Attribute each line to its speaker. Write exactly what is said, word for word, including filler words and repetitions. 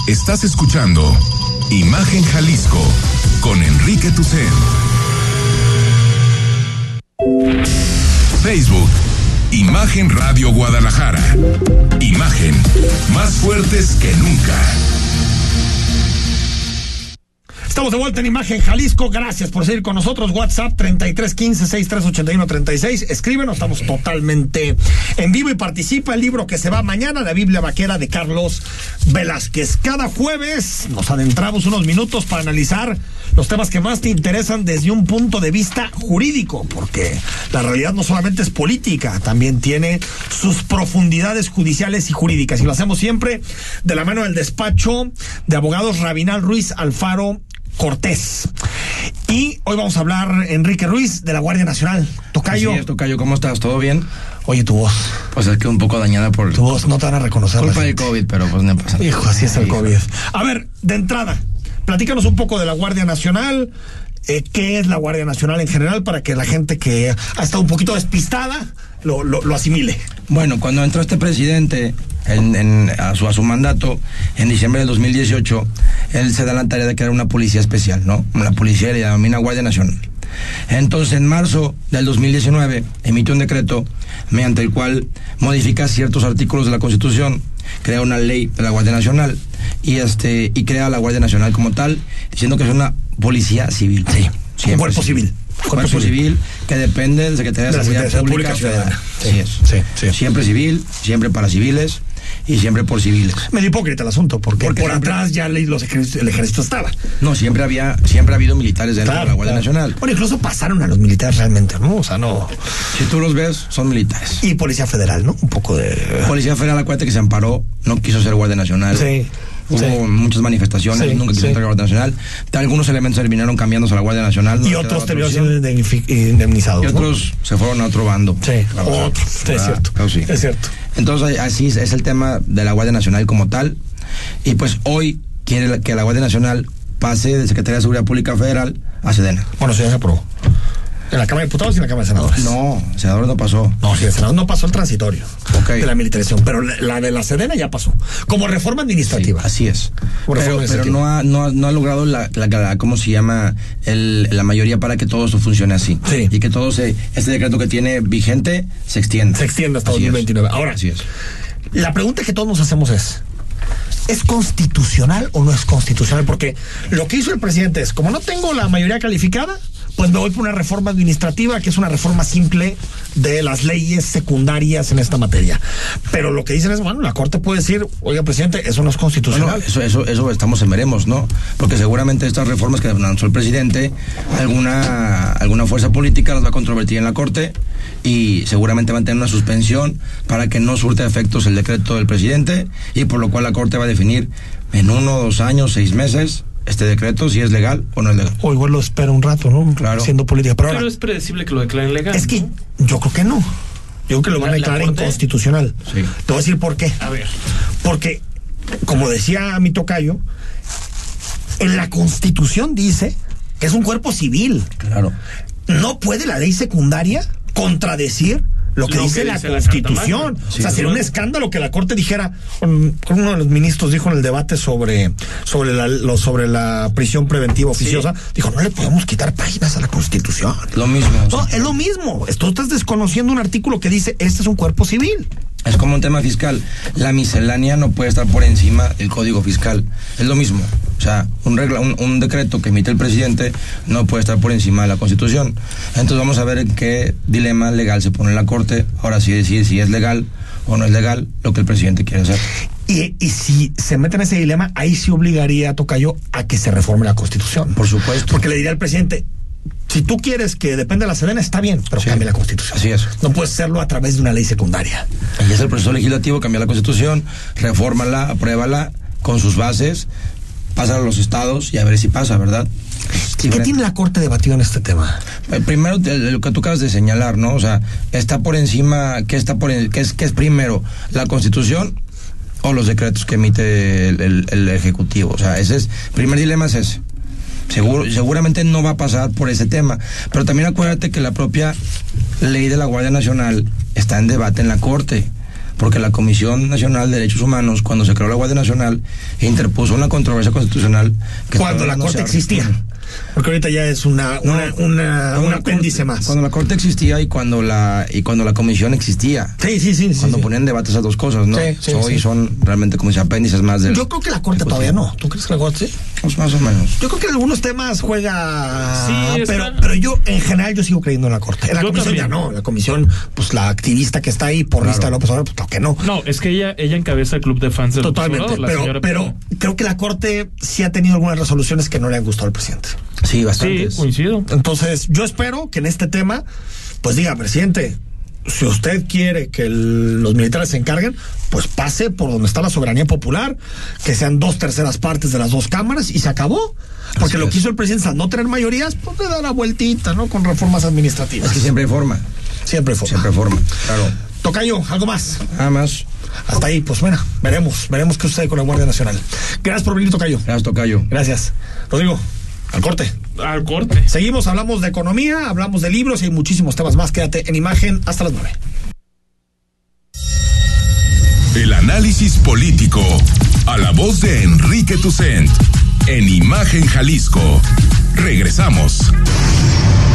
Speaker 1: Estás escuchando Imagen Jalisco con Enrique Tucen. Facebook, Imagen Radio Guadalajara. Imagen, más fuertes que nunca.
Speaker 2: Estamos de vuelta en Imagen Jalisco, gracias por seguir con nosotros. WhatsApp treinta y tres quince sesenta y tres ochenta y uno treinta y seis, escríbenos, estamos totalmente en vivo y participa el libro que se va mañana, La Biblia Vaquera de Carlos Velázquez. Cada jueves nos adentramos unos minutos para analizar los temas que más te interesan desde un punto de vista jurídico, porque la realidad no solamente es política, también tiene sus profundidades judiciales y jurídicas, y lo hacemos siempre de la mano del despacho de abogados Rabinal Ruiz Alfaro Cortés. Y hoy vamos a hablar, Enrique Ruiz, de la Guardia Nacional. Tocayo.
Speaker 3: Así es, Tocayo, ¿cómo estás? ¿Todo bien?
Speaker 2: Oye, tu voz.
Speaker 3: Pues es que un poco dañada por...
Speaker 2: Tu voz no te van a reconocer.
Speaker 3: Culpa del COVID, pero pues no pasa nada.
Speaker 2: Hijo, así es el COVID. A ver, de entrada, platícanos un poco de la Guardia Nacional. Eh, ¿Qué es la Guardia Nacional en general para que la gente que ha estado un poquito despistada lo, lo, lo asimile?
Speaker 3: Bueno, cuando entró este presidente en, en, a, su, a su mandato en diciembre del dos mil dieciocho, él se da la tarea de crear una policía especial, ¿no? La policía le denomina Guardia Nacional. Entonces, en marzo del dos mil diecinueve, emitió un decreto mediante el cual modifica ciertos artículos de la Constitución, crea una ley de la Guardia Nacional y este y crea la Guardia Nacional como tal, diciendo que es una policía civil.
Speaker 2: Sí, un cuerpo civil.
Speaker 3: Cuerpo, cuerpo civil. civil que depende de la Secretaría de, de Seguridad, Seguridad Pública, Pública Ciudadana. Sí, sí, es. Sí, sí. Siempre civil, siempre para civiles y siempre por civiles.
Speaker 2: Medio hipócrita el asunto, porque, porque por siempre, atrás ya los ejércitos, el ejército estaba.
Speaker 3: No, siempre había, siempre ha habido militares dentro claro, de la Guardia claro. Nacional.
Speaker 2: Bueno, incluso pasaron a los militares realmente, ¿no? O sea, no.
Speaker 3: Si tú los ves, son militares.
Speaker 2: Y Policía Federal, ¿no? Un poco de.
Speaker 3: Policía Federal, acuérdate que se amparó, no quiso ser Guardia Nacional.
Speaker 2: Sí.
Speaker 3: Hubo sí. muchas manifestaciones, sí, nunca quiso sí. entrar a la Guardia Nacional. Algunos elementos terminaron cambiándose a la Guardia Nacional.
Speaker 2: No y otros terminaron siendo indemnizados.
Speaker 3: Y otros ¿no? se fueron a otro bando.
Speaker 2: Sí, otro. Sí, es cierto.
Speaker 3: Claro, sí.
Speaker 2: Es cierto.
Speaker 3: Entonces, así es el tema de la Guardia Nacional como tal. Y pues hoy quiere que la Guardia Nacional pase de Secretaría de Seguridad Pública Federal a Sedena.
Speaker 2: Bueno, sí, ya se aprobó. ¿En la Cámara de Diputados y en la Cámara de Senadores?
Speaker 3: No, el senador no pasó.
Speaker 2: No, sí, el senador no pasó el transitorio
Speaker 3: okay.
Speaker 2: de la militarización, pero la, la de la Sedena ya pasó, como reforma administrativa.
Speaker 3: Sí, así es. Pero, pero no, ha, no, ha, no ha logrado la, la, la ¿cómo se llama? El, la mayoría para que todo eso funcione así.
Speaker 2: Sí.
Speaker 3: Y que todo se, este decreto que tiene vigente se extienda.
Speaker 2: Se extienda hasta así dos mil veintinueve.
Speaker 3: Es.
Speaker 2: Ahora,
Speaker 3: así es.
Speaker 2: La pregunta que todos nos hacemos es, ¿es constitucional o no es constitucional? Porque lo que hizo el presidente es, como no tengo la mayoría calificada, pues me voy por una reforma administrativa que es una reforma simple de las leyes secundarias en esta materia. Pero lo que dicen es, bueno, la Corte puede decir, oiga, presidente, eso no es constitucional.
Speaker 3: Bueno, eso, eso, eso estamos en veremos, ¿no? Porque seguramente estas reformas que lanzó el presidente, alguna, alguna fuerza política las va a controvertir en la Corte y seguramente va a tener una suspensión para que no surte efectos el decreto del presidente y por lo cual la Corte va a definir en uno, dos años, seis meses este decreto, si es legal o no es legal.
Speaker 2: O igual lo espera un rato, ¿no?
Speaker 3: Claro.
Speaker 2: Siendo política. Pero,
Speaker 4: pero
Speaker 2: ahora,
Speaker 4: es predecible que lo declaren legal.
Speaker 2: Es que
Speaker 4: ¿no?
Speaker 2: yo creo que no. Yo creo que lo van a declarar inconstitucional.
Speaker 3: Sí.
Speaker 2: Te voy a decir por qué.
Speaker 4: A ver.
Speaker 2: Porque, como decía mi tocayo, en la Constitución dice que es un cuerpo civil.
Speaker 3: Claro.
Speaker 2: No puede la ley secundaria contradecir lo que, lo dice, que dice la Constitución. La o sea, sí, sería un escándalo que la Corte dijera, uno de los ministros dijo en el debate sobre sobre la lo, sobre la prisión preventiva oficiosa, sí. dijo, no le podemos quitar páginas a la Constitución.
Speaker 3: Lo mismo.
Speaker 2: No, o sea, es lo mismo. Tú estás desconociendo un artículo que dice, este es un cuerpo civil.
Speaker 3: Es como un tema fiscal. La miscelánea no puede estar por encima del Código Fiscal. Es lo mismo. O sea, un, regla, un, un decreto que emite el presidente no puede estar por encima de la Constitución. Entonces vamos a ver en qué dilema legal se pone en la Corte. Ahora sí decir si es legal o no es legal lo que el presidente quiere hacer.
Speaker 2: Y, y si se mete en ese dilema, ahí sí obligaría a Tocayo a que se reforme la Constitución.
Speaker 3: Por supuesto.
Speaker 2: Porque le diría al presidente, si tú quieres que dependa de la Sedena, está bien, pero sí, cambia la Constitución.
Speaker 3: Así es.
Speaker 2: No puedes hacerlo a través de una ley secundaria.
Speaker 3: Y es el proceso legislativo, cambia la Constitución, refórmala, apruébala con sus bases, pasa a los estados y a ver si pasa, ¿verdad?
Speaker 2: ¿Qué sí, tiene la Corte debatido en este tema?
Speaker 3: Primero, lo que tú acabas de señalar, ¿no? O sea, está por encima, ¿qué está por qué es, qué es primero? ¿La Constitución o los decretos que emite el, el, el Ejecutivo? O sea, ese es, el primer dilema es ese. Seguro, seguramente no va a pasar por ese tema, pero también acuérdate que la propia ley de la Guardia Nacional está en debate en la Corte. porque la Comisión Nacional de Derechos Humanos, cuando se creó la Guardia Nacional, interpuso una controversia constitucional que
Speaker 2: cuando la Corte existía. Porque ahorita ya es una, una, no, una un apéndice
Speaker 3: corte,
Speaker 2: más.
Speaker 3: Cuando la Corte existía y cuando la y cuando la Comisión existía.
Speaker 2: Sí, sí, sí.
Speaker 3: Cuando
Speaker 2: sí,
Speaker 3: ponían en debate esas dos cosas, ¿no?
Speaker 2: Sí, sí,
Speaker 3: Hoy
Speaker 2: sí.
Speaker 3: son realmente como si apéndices más del...
Speaker 2: Yo creo que la Corte todavía no. ¿Tú crees que la Corte sí?
Speaker 3: Pues más o menos.
Speaker 2: Yo creo que en algunos temas juega...
Speaker 4: Sí,
Speaker 2: pero,
Speaker 4: está...
Speaker 2: pero yo, en general, yo sigo creyendo en la Corte. En la
Speaker 4: yo
Speaker 2: Comisión
Speaker 4: también.
Speaker 2: ya no. La Comisión, pues la activista que está ahí, porrista
Speaker 3: Claro.
Speaker 2: de López Obrador, pues claro que no.
Speaker 4: No, es que ella ella encabeza el club de fans de López
Speaker 2: Totalmente.
Speaker 4: Obrador, la
Speaker 2: Pero,
Speaker 4: señora
Speaker 2: pero
Speaker 4: Piña.
Speaker 2: creo que la Corte sí ha tenido algunas resoluciones que no le han gustado al presidente.
Speaker 3: Sí,
Speaker 4: Sí,
Speaker 3: bastantes.
Speaker 4: coincido.
Speaker 2: Entonces, yo espero que en este tema, pues diga, presidente, si usted quiere que el- los militares se encarguen, pues pase por donde está la soberanía popular, que sean dos terceras partes de las dos cámaras y se acabó. Porque
Speaker 3: Así
Speaker 2: lo
Speaker 3: es.
Speaker 2: que hizo el presidente al no tener mayorías, pues le da la vueltita, ¿no? Con reformas administrativas.
Speaker 3: Es que siempre hay forma.
Speaker 2: Siempre fue.
Speaker 3: Siempre hay forma, claro.
Speaker 2: Tocayo, algo más.
Speaker 3: Nada más.
Speaker 2: Hasta ahí, pues bueno, veremos, veremos qué sucede con la Guardia Nacional. Gracias por venir, Tocayo.
Speaker 3: Gracias, tocayo.
Speaker 2: Gracias. Rodrigo, al corte.
Speaker 4: Al corte.
Speaker 2: Seguimos, hablamos de economía, hablamos de libros y hay muchísimos temas más. Quédate en Imagen hasta las nueve.
Speaker 1: El análisis político a la voz de Enrique Tucent en Imagen Jalisco. Regresamos.